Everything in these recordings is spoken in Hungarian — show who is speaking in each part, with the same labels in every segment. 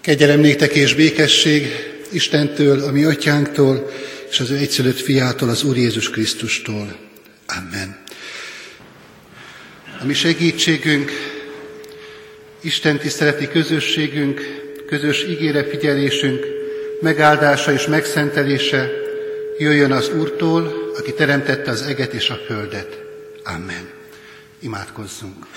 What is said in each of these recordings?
Speaker 1: Kegyelem néktek és békesség Istentől, a mi atyánktól, és az ő egyszülött fiától, az Úr Jézus Krisztustól. Amen. A mi segítségünk, Isten tiszteleti közösségünk, közös igére figyelésünk, megáldása és megszentelése jöjjön az Úrtól, aki teremtette az eget és a földet. Amen. Imádkozzunk.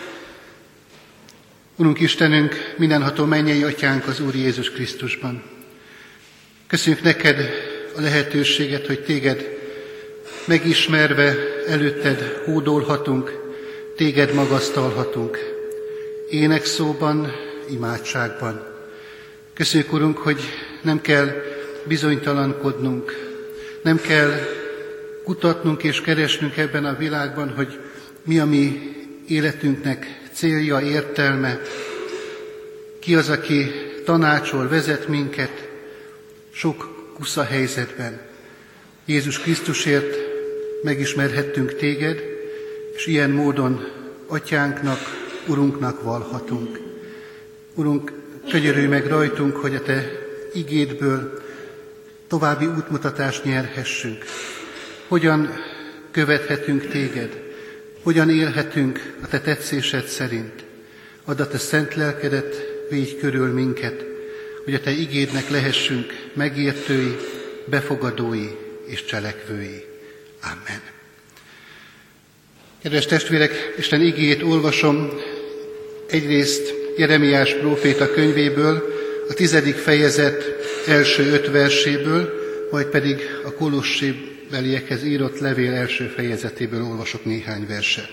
Speaker 1: Urunk Istenünk, mindenható mennyei atyánk az Úr Jézus Krisztusban. Köszönjük neked a lehetőséget, hogy téged megismerve előtted hódolhatunk, téged magasztalhatunk. Énekszóban, imádságban. Köszönjük, Urunk, hogy nem kell bizonytalankodnunk, nem kell kutatnunk és keresnünk ebben a világban, hogy mi a mi életünknek célja, értelme, ki az, aki tanácsol, vezet minket sok kusza helyzetben. Jézus Krisztusért megismerhettünk téged, és ilyen módon atyánknak, Urunknak valhatunk. Urunk, könyörülj meg rajtunk, hogy a te igédből további útmutatást nyerhessünk. Hogyan követhetünk téged, hogyan élhetünk a te tetszésed szerint. Add a te szent lelkedet, védj körül minket, hogy a te igédnek lehessünk megértői, befogadói és cselekvői. Amen. Kedves testvérek, Isten igéjét olvasom egyrészt Jeremiás próféta könyvéből, a 10. fejezet első 5 verséből, majd pedig a Kolossébeliekhez írott levél első fejezetéből olvasok néhány verset.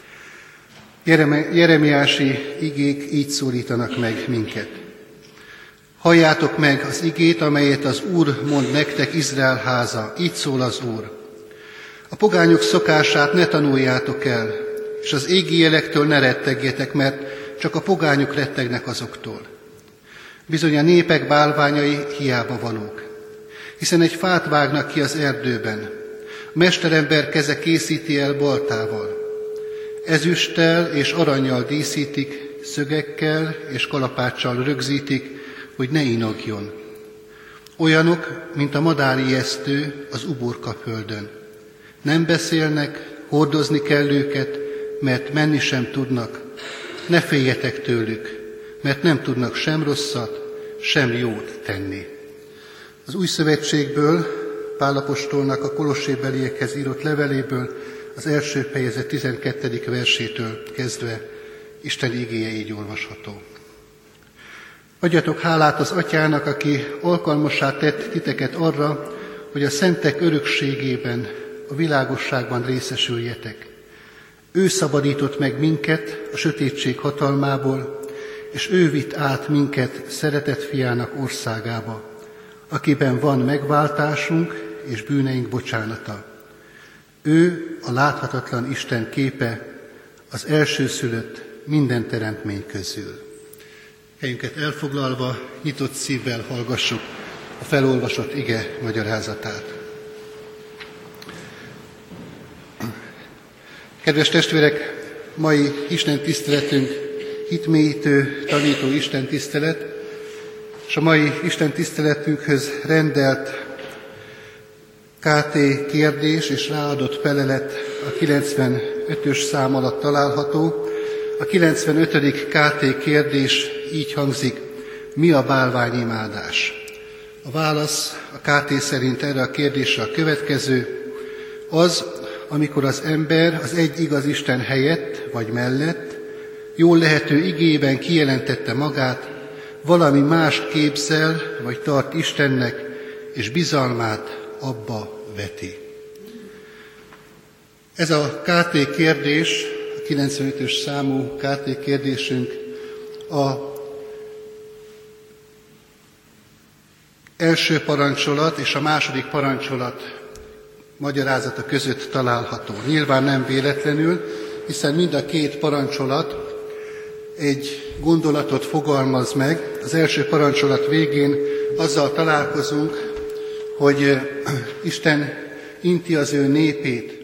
Speaker 1: Jeremiási igék így szólítanak meg minket. Halljátok meg az igét, amelyet az Úr mond nektek, Izrael háza, így szól az Úr. A pogányok szokását ne tanuljátok el, és az égi jelektől ne rettegjetek, mert csak a pogányok rettegnek azoktól. Bizony a népek bálványai hiába valók, hiszen egy fát vágnak ki az erdőben, a mesterember keze készíti el baltával, ezüsttel és arannyal díszítik, szögekkel és kalapáccsal rögzítik, hogy ne inogjon. Olyanok, mint a madárijesztő az uborka földön. Nem beszélnek, hordozni kell őket, mert menni sem tudnak. Ne féljetek tőlük, mert nem tudnak sem rosszat, sem jót tenni. Az Új Szövetségből, Pál apostolnak a Kolossébeliekhez írott leveléből, az első fejezet 12. versétől kezdve Isten igéje így olvasható. Adjatok hálát az Atyának, aki alkalmassá tett titeket arra, hogy a szentek örökségében, a világosságban részesüljetek. Ő szabadított meg minket a sötétség hatalmából, és ő vitt át minket szeretett fiának országába, akiben van megváltásunk és bűneink bocsánata. Ő a láthatatlan Isten képe, az elsőszülött minden teremtmény közül. Helyünket elfoglalva, nyitott szívvel hallgassuk a felolvasott ige magyarázatát. Kedves testvérek, mai Isten tiszteletünk hitmélyítő, tanító Isten tisztelet, és a mai Isten tiszteletünkhöz rendelt KT kérdés és ráadott felelet a 95-ös szám alatt található. A 95. KT kérdés így hangzik: mi a bálványimádás? A válasz a KT szerint erre a kérdésre a következő: az, amikor az ember az egy igaz Isten helyett vagy mellett jól lehető igében kijelentette magát, valami mást képzel vagy tart Istennek, és bizalmát abba veti. Ez a KT kérdés, a 95-ös számú KT kérdésünk a első parancsolat és a második parancsolat magyarázata között található. Nyilván nem véletlenül, hiszen mind a két parancsolat egy gondolatot fogalmaz meg. Az első parancsolat végén azzal találkozunk, hogy Isten inti az ő népét,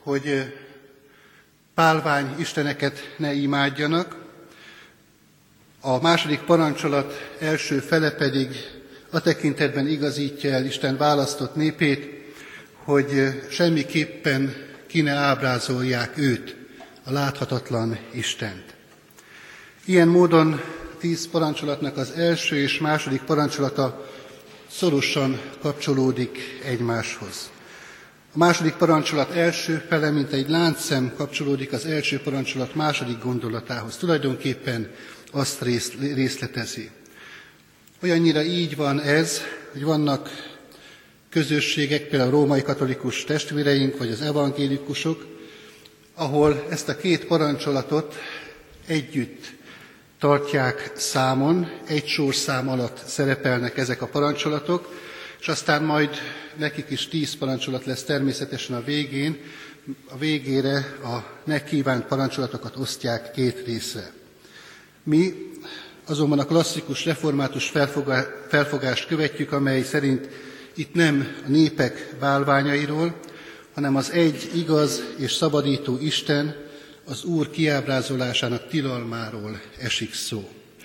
Speaker 1: hogy bálvány isteneket ne imádjanak. A második parancsolat első fele pedig a tekintetben igazítja el Isten választott népét, hogy semmiképpen ki ne ábrázolják őt, a láthatatlan Istent. Ilyen módon 10 parancsolatnak az első és második parancsolata szorosan kapcsolódik egymáshoz. A második parancsolat első fele, mint egy láncszem kapcsolódik az első parancsolat második gondolatához. Tulajdonképpen azt részletezi. Olyannyira így van ez, hogy vannak közösségek, például a római katolikus testvéreink, vagy az evangélikusok, ahol ezt a két parancsolatot együtt tartják számon, egy sorszám alatt szerepelnek ezek a parancsolatok, és aztán majd nekik is 10 parancsolat lesz természetesen a végén, a végére a megkívánt parancsolatokat osztják 2 részre. Mi azonban a klasszikus református felfogást követjük, amely szerint itt nem a népek bálványairól, hanem az egy igaz és szabadító Isten, az Úr kiábrázolásának tilalmáról esik szó.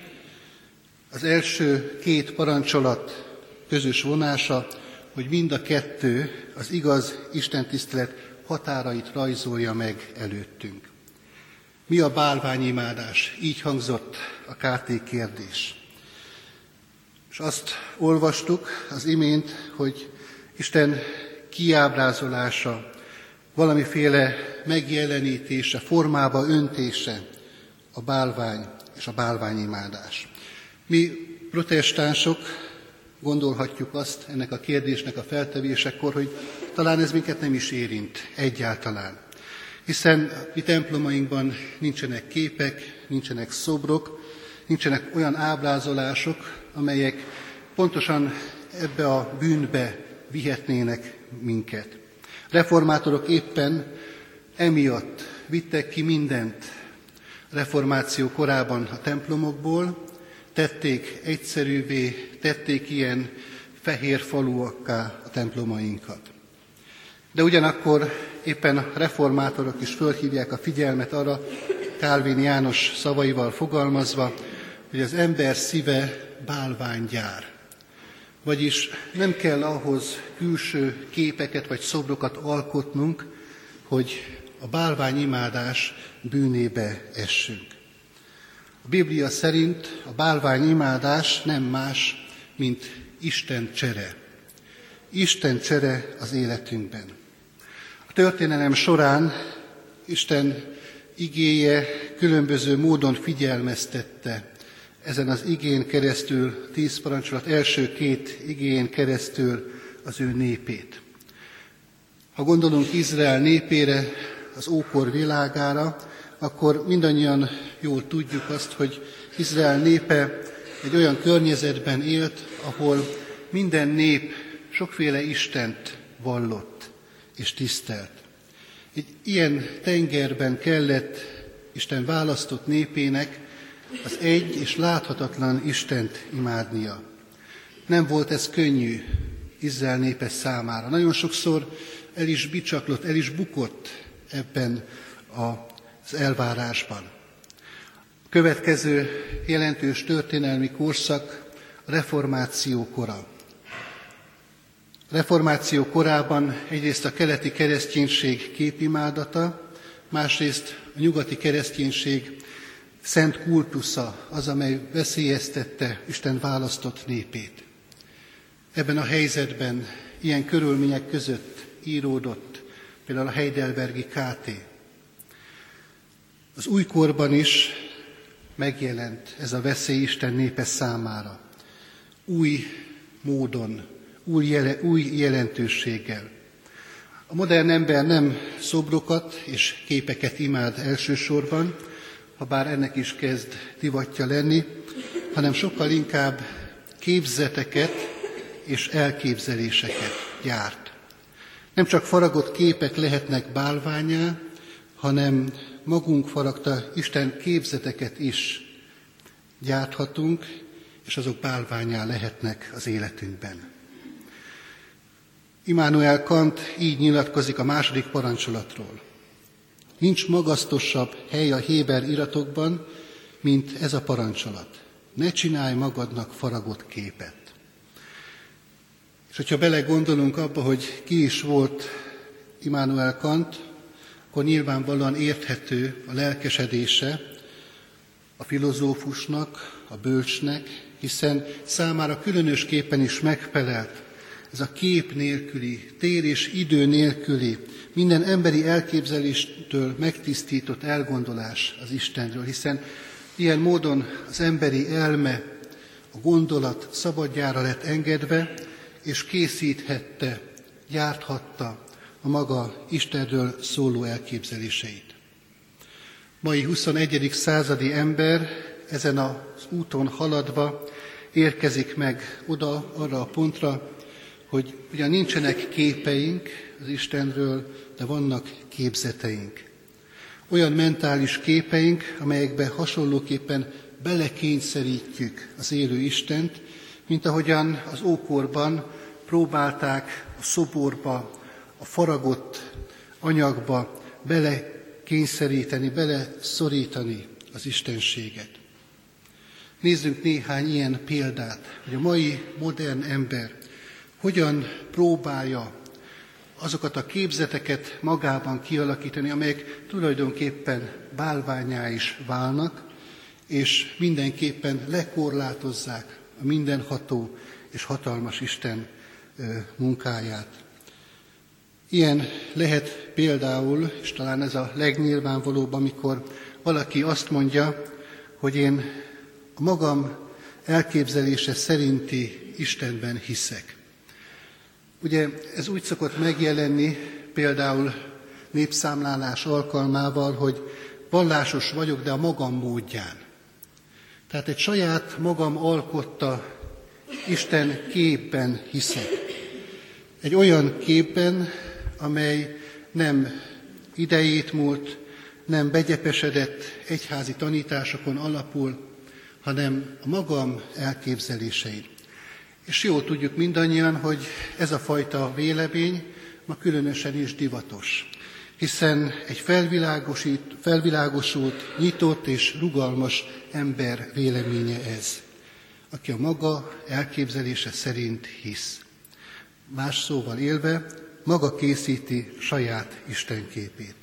Speaker 1: Az első 2 parancsolat közös vonása, hogy mind a 2 az igaz istentisztelet határait rajzolja meg előttünk. Mi a bálványimádás? Így hangzott a KT kérdés. És azt olvastuk az imént, hogy Isten kiábrázolása, valamiféle megjelenítése, formába öntése a bálvány és a bálványimádás. Mi protestánsok gondolhatjuk azt ennek a kérdésnek a feltevésekor, hogy talán ez minket nem is érint egyáltalán. Hiszen mi templomainkban nincsenek képek, nincsenek szobrok, nincsenek olyan ábrázolások, amelyek pontosan ebbe a bűnbe vihetnének minket. Reformátorok éppen emiatt vittek ki mindent reformáció korában a templomokból, tették egyszerűvé, tették ilyen fehér faluakká a templomainkat. De ugyanakkor éppen a reformátorok is fölhívják a figyelmet arra, Kálvin János szavaival fogalmazva, hogy az ember szíve bálványgyár. Vagyis nem kell ahhoz külső képeket vagy szobrokat alkotnunk, hogy a bálványimádás bűnébe essünk. A Biblia szerint a bálványimádás nem más, mint Isten csere. Isten csere az életünkben. A történelem során Isten igéje különböző módon figyelmeztette ezen az igén keresztül, 10 parancsolat első 2 igén keresztül az ő népét. Ha gondolunk Izrael népére, az ókor világára, akkor mindannyian jól tudjuk azt, hogy Izrael népe egy olyan környezetben élt, ahol minden nép sokféle istent vallott és tisztelt. Egy ilyen tengerben kellett Isten választott népének az egy és láthatatlan Istent imádnia. Nem volt ez könnyű Izrael népe számára. Nagyon sokszor el is bicsaklott, el is bukott ebben az elvárásban. A következő jelentős történelmi korszak a reformáció kora. A reformáció korában egyrészt a keleti kereszténység képimádata, másrészt a nyugati kereszténység szent kultusza az, amely veszélyeztette Isten választott népét. Ebben a helyzetben, ilyen körülmények között íródott például a heidelbergi KT. Az újkorban is megjelent ez a veszély Isten népe számára. Új módon, új jelentőséggel. A modern ember nem szobrokat és képeket imád elsősorban, ha bár ennek is kezd divatja lenni, hanem sokkal inkább képzeteket és elképzeléseket gyárt. Nem csak faragott képek lehetnek bálvánnyá, hanem magunk faragta Isten képzeteket is gyárthatunk, és azok bálvánnyá lehetnek az életünkben. Immanuel Kant így nyilatkozik a második parancsolatról. Nincs magasztosabb hely a héber iratokban, mint ez a parancsolat. ne csinálj magadnak faragott képet. És hogyha belegondolunk abba, hogy ki is volt Immanuel Kant, akkor nyilvánvalóan érthető a lelkesedése a filozófusnak, a bölcsnek, hiszen számára különösképpen is megfelelt ez a kép nélküli, tér és idő nélküli, minden emberi elképzeléstől megtisztított elgondolás az Istenről, hiszen ilyen módon az emberi elme, a gondolat szabadjára lett engedve, és készíthette, gyárthatta a maga Istenről szóló elképzeléseit. Mai 21. századi ember ezen az úton haladva érkezik meg oda, arra a pontra, hogy ugyan nincsenek képeink az Istenről, de vannak képzeteink. Olyan mentális képeink, amelyekbe hasonlóképpen belekényszerítjük az élő Istent, mint ahogyan az ókorban próbálták a szoborba, a faragott anyagba belekényszeríteni, beleszorítani az istenséget. Nézzünk néhány ilyen példát, hogy a mai modern ember hogyan próbálja azokat a képzeteket magában kialakítani, amelyek tulajdonképpen bálvánnyá is válnak, és mindenképpen lekorlátozzák a mindenható és hatalmas Isten munkáját. Ilyen lehet például, és talán ez a legnyilvánvalóbb, amikor valaki azt mondja, hogy én a magam elképzelése szerinti Istenben hiszek. Ugye ez úgy szokott megjelenni például népszámlálás alkalmával, hogy vallásos vagyok, de a magam módján. Tehát egy saját magam alkotta Isten képben hiszek. Egy olyan képben, amely nem idejét múlt, nem begyepesedett egyházi tanításokon alapul, hanem a magam elképzelésein. És jól tudjuk mindannyian, hogy ez a fajta vélemény ma különösen is divatos, hiszen egy felvilágosult, nyitott és rugalmas ember véleménye ez, aki a maga elképzelése szerint hisz. Más szóval élve, maga készíti saját istenképét.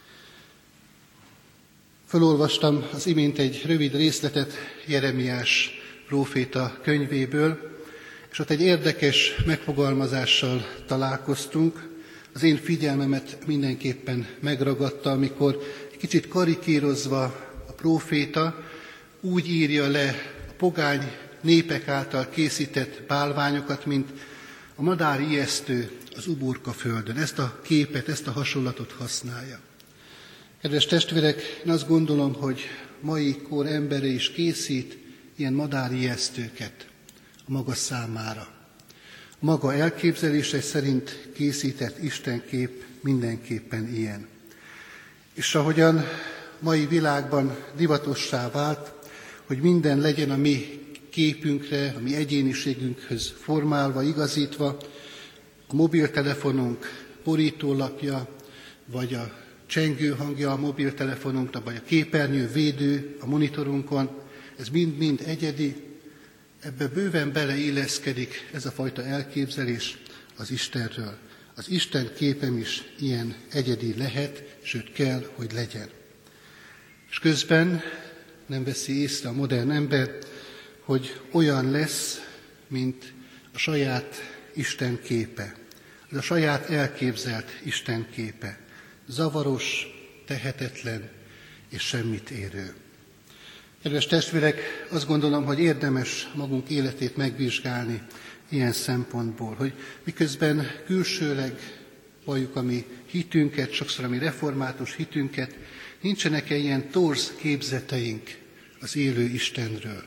Speaker 1: Felolvastam az imént egy rövid részletet Jeremiás próféta könyvéből, és ott egy érdekes megfogalmazással találkoztunk. Az én figyelmemet mindenképpen megragadta, amikor kicsit karikírozva a próféta úgy írja le a pogány népek által készített bálványokat, mint a madár ijesztő az uborka földön. Ezt a képet, ezt a hasonlatot használja. Kedves testvérek, én azt gondolom, hogy mai kor embere is készít ilyen madárijesztőket a maga számára. A maga elképzelése szerint készített istenkép mindenképpen ilyen. És ahogyan mai világban divatossá vált, hogy minden legyen a mi képünkre, a mi egyéniségünkhöz formálva, igazítva, a mobiltelefonunk borítólapja, vagy a csengő hangja a mobiltelefonunknak, vagy a képernyő védő a monitorunkon, ez mind-mind egyedi, ebbe bőven beleilleszkedik ez a fajta elképzelés az Istenről. Az Isten képem is ilyen egyedi lehet, sőt kell, hogy legyen. És közben nem veszi észre a modern ember, hogy olyan lesz, mint a saját Isten képe, az a saját elképzelt Isten képe. Zavaros, tehetetlen és semmit érő. Kedves testvérek, azt gondolom, hogy érdemes magunk életét megvizsgálni ilyen szempontból, hogy miközben külsőleg valljuk a mi hitünket, sokszor a mi református hitünket, nincsenek-e ilyen torz képzeteink az élő Istenről.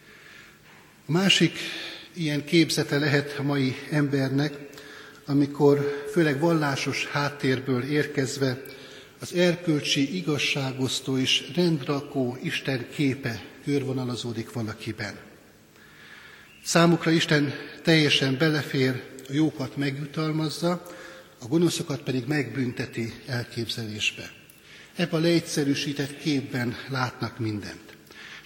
Speaker 1: A másik ilyen képzete lehet a mai embernek, amikor főleg vallásos háttérből érkezve az erkölcsi, igazságosztó és rendrakó Isten képe körvonalazódik valakiben. Számukra Isten teljesen belefér, a jókat megjutalmazza, a gonoszokat pedig megbünteti elképzelésbe. Ebben a leegyszerűsített képben látnak mindent.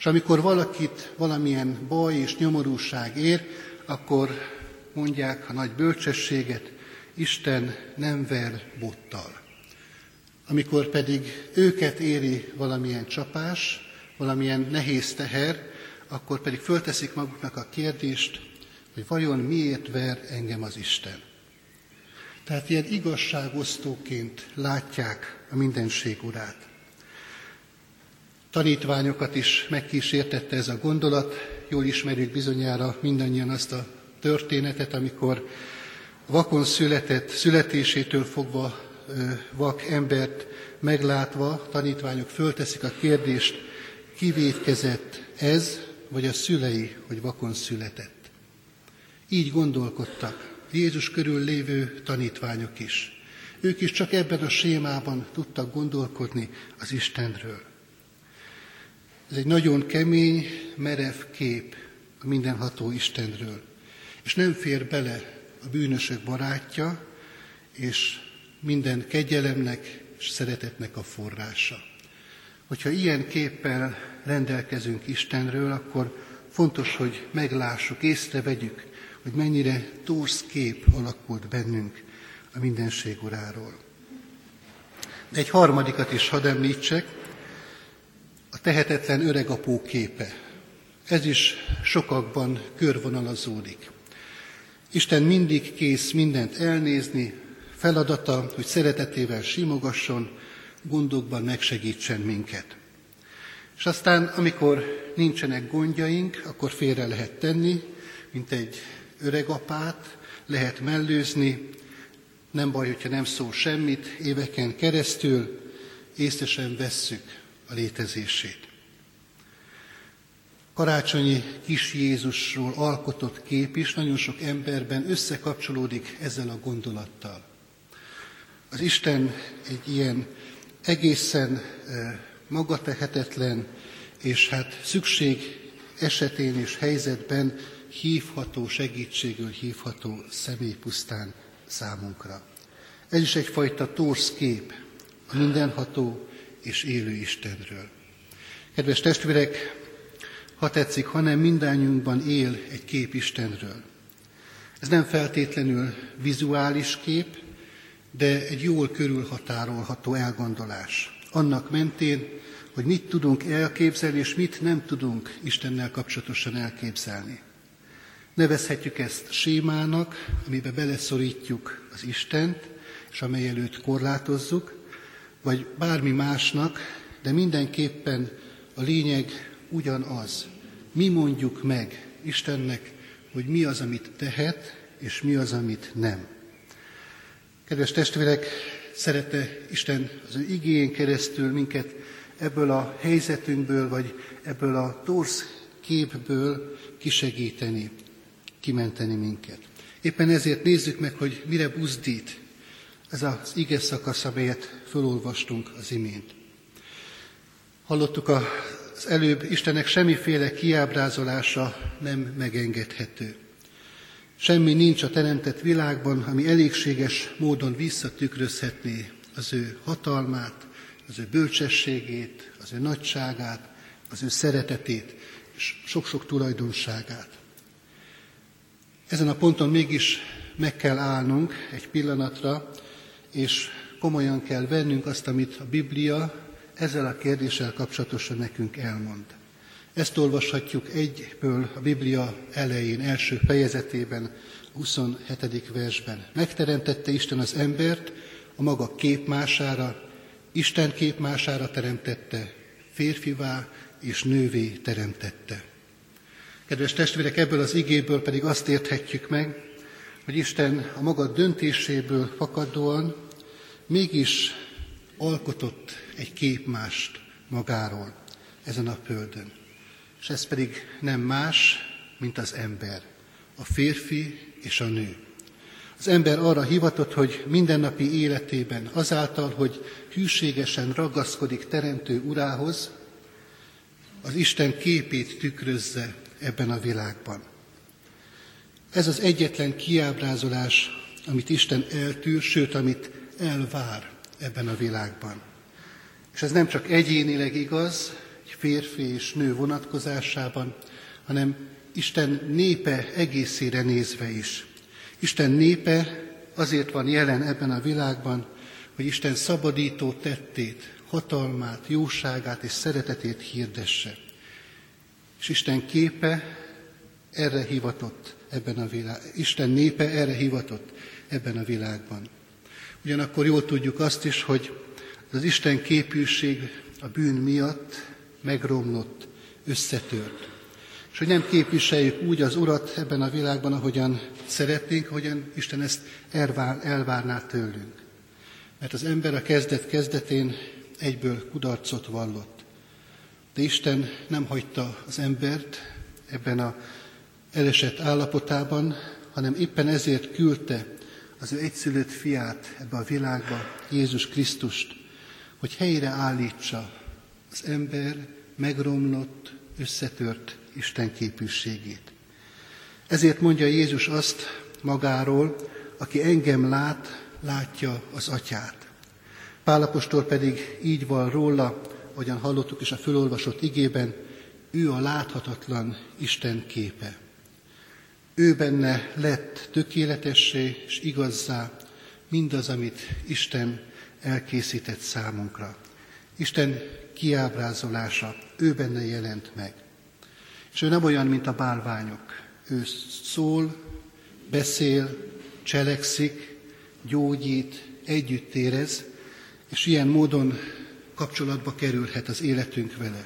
Speaker 1: És amikor valakit valamilyen baj és nyomorúság ér, akkor mondják a nagy bölcsességet, Isten nem ver bottal. Amikor pedig őket éri valamilyen csapás, valamilyen nehéz teher, akkor pedig fölteszik maguknak a kérdést, hogy vajon miért ver engem az Isten. Tehát ilyen igazságosztóként látják a mindenség urát. Tanítványokat is megkísértette ez a gondolat, jól ismerjük bizonyára mindannyian azt a történetet, amikor vakon született, születésétől fogva vak embert meglátva, tanítványok fölteszik a kérdést, ki vétkezett, ez vagy a szülei, hogy vakon született. Így gondolkodtak Jézus körül lévő tanítványok is. Ők is csak ebben a sémában tudtak gondolkodni az Istenről. Ez egy nagyon kemény, merev kép a mindenható Istenről. És nem fér bele a bűnösök barátja, és minden kegyelemnek és szeretetnek a forrása. Hogyha ilyen képpel rendelkezünk Istenről, akkor fontos, hogy meglássuk, észrevegyük, hogy mennyire torz kép alakult bennünk a mindenség uráról. De egy harmadikat is hadd említsek, a tehetetlen öregapó képe. Ez is sokakban körvonalazódik. Isten mindig kész mindent elnézni, feladata, hogy szeretetével simogasson, gondokban megsegítsen minket. És aztán, amikor nincsenek gondjaink, akkor félre lehet tenni, mint egy öregapát, lehet mellőzni, nem baj, hogyha nem szól semmit, éveken keresztül észre sem vesszük a létezését. Karácsonyi kis Jézusról alkotott kép is nagyon sok emberben összekapcsolódik ezzel a gondolattal. Az Isten egy ilyen egészen magatehetetlen, és hát szükség esetén és helyzetben hívható, segítségül hívható személy pusztán számunkra. Ez is egyfajta torz kép a mindenható és élő Istenről. Kedves testvérek, ha tetszik, hanem mindannyiunkban él egy kép Istenről. Ez nem feltétlenül vizuális kép, de egy jól körülhatárolható elgondolás. Annak mentén, hogy mit tudunk elképzelni, és mit nem tudunk Istennel kapcsolatosan elképzelni. Nevezhetjük ezt sémának, amibe beleszorítjuk az Istent, és amely előtt korlátozzuk, vagy bármi másnak, de mindenképpen a lényeg ugyanaz. Mi mondjuk meg Istennek, hogy mi az, amit tehet, és mi az, amit nem. Kedves testvérek, szerette Isten az ő igéjén keresztül minket ebből a helyzetünkből, vagy ebből a torz képből kisegíteni, kimenteni minket. Éppen ezért nézzük meg, hogy mire buzdít ez az ige szakasz, amelyet felolvastunk az imént. Hallottuk az előbb, Istennek semmiféle kiábrázolása nem megengedhető. Semmi nincs a teremtett világban, ami elégséges módon visszatükrözhetné az ő hatalmát, az ő bölcsességét, az ő nagyságát, az ő szeretetét és sok-sok tulajdonságát. Ezen a ponton mégis meg kell állnunk egy pillanatra, és komolyan kell vennünk azt, amit a Biblia ezzel a kérdéssel kapcsolatosan nekünk elmond. Ezt olvashatjuk egyből a Biblia elején, első fejezetében, 27. versben. Megteremtette Isten az embert a maga képmására, Isten képmására teremtette, férfivá és nővé teremtette. Kedves testvérek, ebből az igéből pedig azt érthetjük meg, hogy Isten a maga döntéséből fakadóan mégis alkotott egy képmást magáról ezen a földön. És ez pedig nem más, mint az ember, a férfi és a nő. Az ember arra hivatott, hogy mindennapi életében azáltal, hogy hűségesen ragaszkodik teremtő urához, az Isten képét tükrözze ebben a világban. Ez az egyetlen kiábrázolás, amit Isten eltűr, sőt, amit elvár ebben a világban. És ez nem csak egyénileg igaz, egy vagy férfi és nő vonatkozásában, hanem Isten népe egészére nézve is. Isten népe azért van jelen ebben a világban, hogy Isten szabadító tettét, hatalmát, jóságát és szeretetét hirdesse. És Isten képe erre hivatott ebben a Isten népe erre hivatott ebben a világban. Ugyanakkor jól tudjuk azt is, hogy az Isten képűség a bűn miatt megromlott, összetört. És hogy nem képviseljük úgy az Urat ebben a világban, ahogyan szeretnénk, ahogyan Isten ezt elvárná tőlünk. Mert az ember a kezdet-kezdetén egyből kudarcot vallott. De Isten nem hagyta az embert ebben az elesett állapotában, hanem éppen ezért küldte az ő egyszülött fiát ebbe a világba, Jézus Krisztust, hogy helyre állítsa az ember megromlott, összetört Isten képűségét. Ezért mondja Jézus azt magáról, aki engem lát, látja az Atyát. Pál apostol pedig így van róla, ahogyan hallottuk is a fölolvasott igében, ő a láthatatlan Isten képe. Ő benne lett tökéletessé és igazzá mindaz, amit Isten elkészített számunkra. Isten kiábrázolása, ő benne jelent meg. És ő nem olyan, mint a bálványok. Ő szól, beszél, cselekszik, gyógyít, együtt érez, és ilyen módon kapcsolatba kerülhet az életünk vele.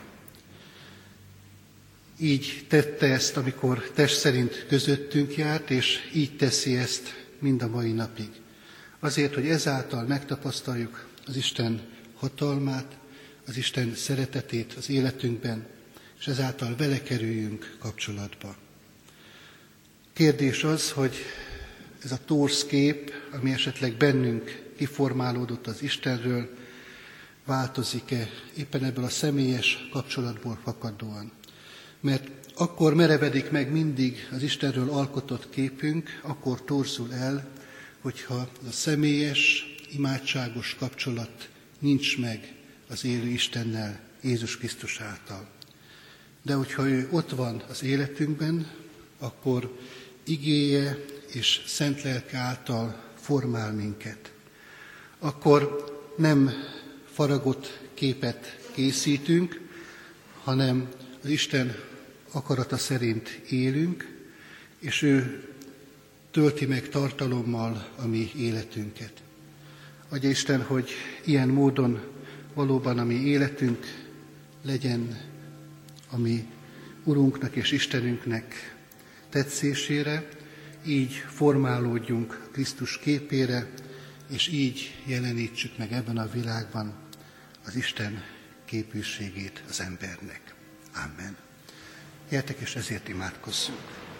Speaker 1: Így tette ezt, amikor test szerint közöttünk járt, és így teszi ezt mind a mai napig. Azért, hogy ezáltal megtapasztaljuk az Isten hatalmát, az Isten szeretetét az életünkben, és ezáltal vele kerüljünk kapcsolatba. Kérdés az, hogy ez a torz kép, ami esetleg bennünk kiformálódott az Istenről, változik-e éppen ebből a személyes kapcsolatból fakadóan. Mert akkor merevedik meg mindig az Istenről alkotott képünk, akkor torzul el, hogyha a személyes, imádságos kapcsolat nincs meg az élő Istennel, Jézus Krisztus által. De hogyha ő ott van az életünkben, akkor igéje és szent lelke által formál minket. Akkor nem faragott képet készítünk, hanem az Isten akarata szerint élünk, és ő tölti meg tartalommal a mi életünket. Adja Isten, hogy ilyen módon valóban a mi életünk legyen a mi Urunknak és Istenünknek tetszésére, így formálódjunk Krisztus képére, és így jelenítsük meg ebben a világban az Isten képűségét az embernek. Amen. Gyertek, és ezért imádkozzunk.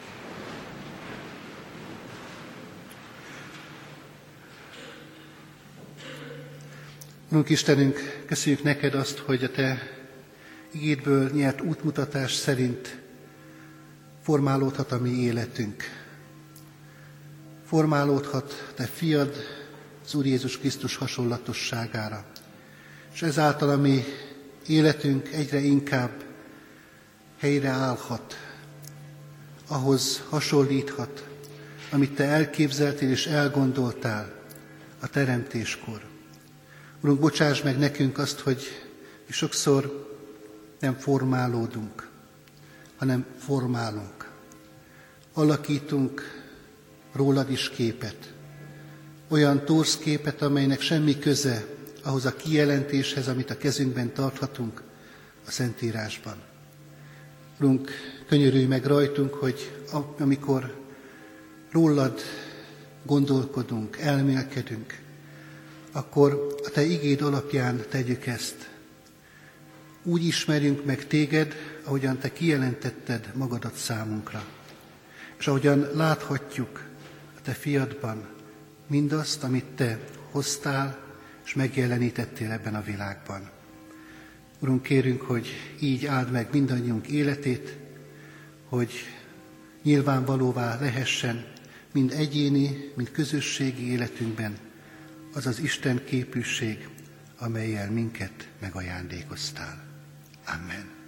Speaker 1: Urunk Istenünk, köszönjük neked azt, hogy a te igédből nyert útmutatás szerint formálódhat a mi életünk. Formálódhat te fiad, az Úr Jézus Krisztus hasonlatosságára. És ezáltal a mi életünk egyre inkább helyre állhat, ahhoz hasonlíthat, amit te elképzeltél és elgondoltál a teremtéskor. Urunk, bocsáss meg nekünk azt, hogy sokszor nem formálódunk, hanem formálunk. Alakítunk rólad is képet. Olyan torz képet, amelynek semmi köze ahhoz a kijelentéshez, amit a kezünkben tarthatunk a Szentírásban. Urunk, könyörülj meg rajtunk, hogy amikor rólad gondolkodunk, elmélkedünk, akkor a te igéd alapján tegyük ezt. Úgy ismerjünk meg téged, ahogyan te kijelentetted magadat számunkra. És ahogyan láthatjuk a te fiadban mindazt, amit te hoztál, és megjelenítettél ebben a világban. Urunk, kérünk, hogy így áld meg mindannyiunk életét, hogy nyilvánvalóvá lehessen mind egyéni, mind közösségi életünkben az az Isten képűség, amellyel minket megajándékoztál. Amen.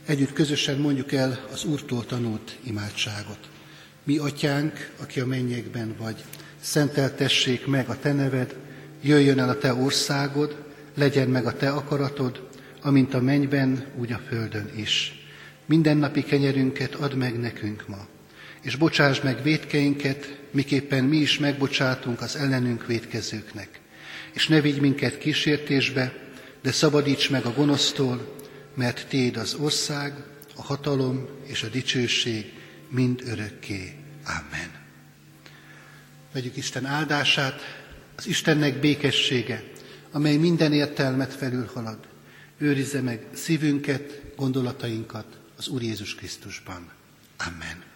Speaker 1: Együtt közösen mondjuk el az Úrtól tanult imádságot. Mi atyánk, aki a mennyekben vagy, szenteltessék meg a te neved, jöjjön el a te országod, legyen meg a te akaratod, amint a mennyben, úgy a földön is. Mindennapi kenyerünket add meg nekünk ma, és bocsásd meg vétkeinket, miképpen mi is megbocsátunk az ellenünk vétkezőknek. És ne vigy minket kísértésbe, de szabadíts meg a gonosztól, mert Téd az ország, a hatalom és a dicsőség mind örökké. Amen. Vegyük Isten áldását, az Istennek békessége, amely minden értelmet felülhalad, őrizze meg szívünket, gondolatainkat az Úr Jézus Krisztusban. Amen.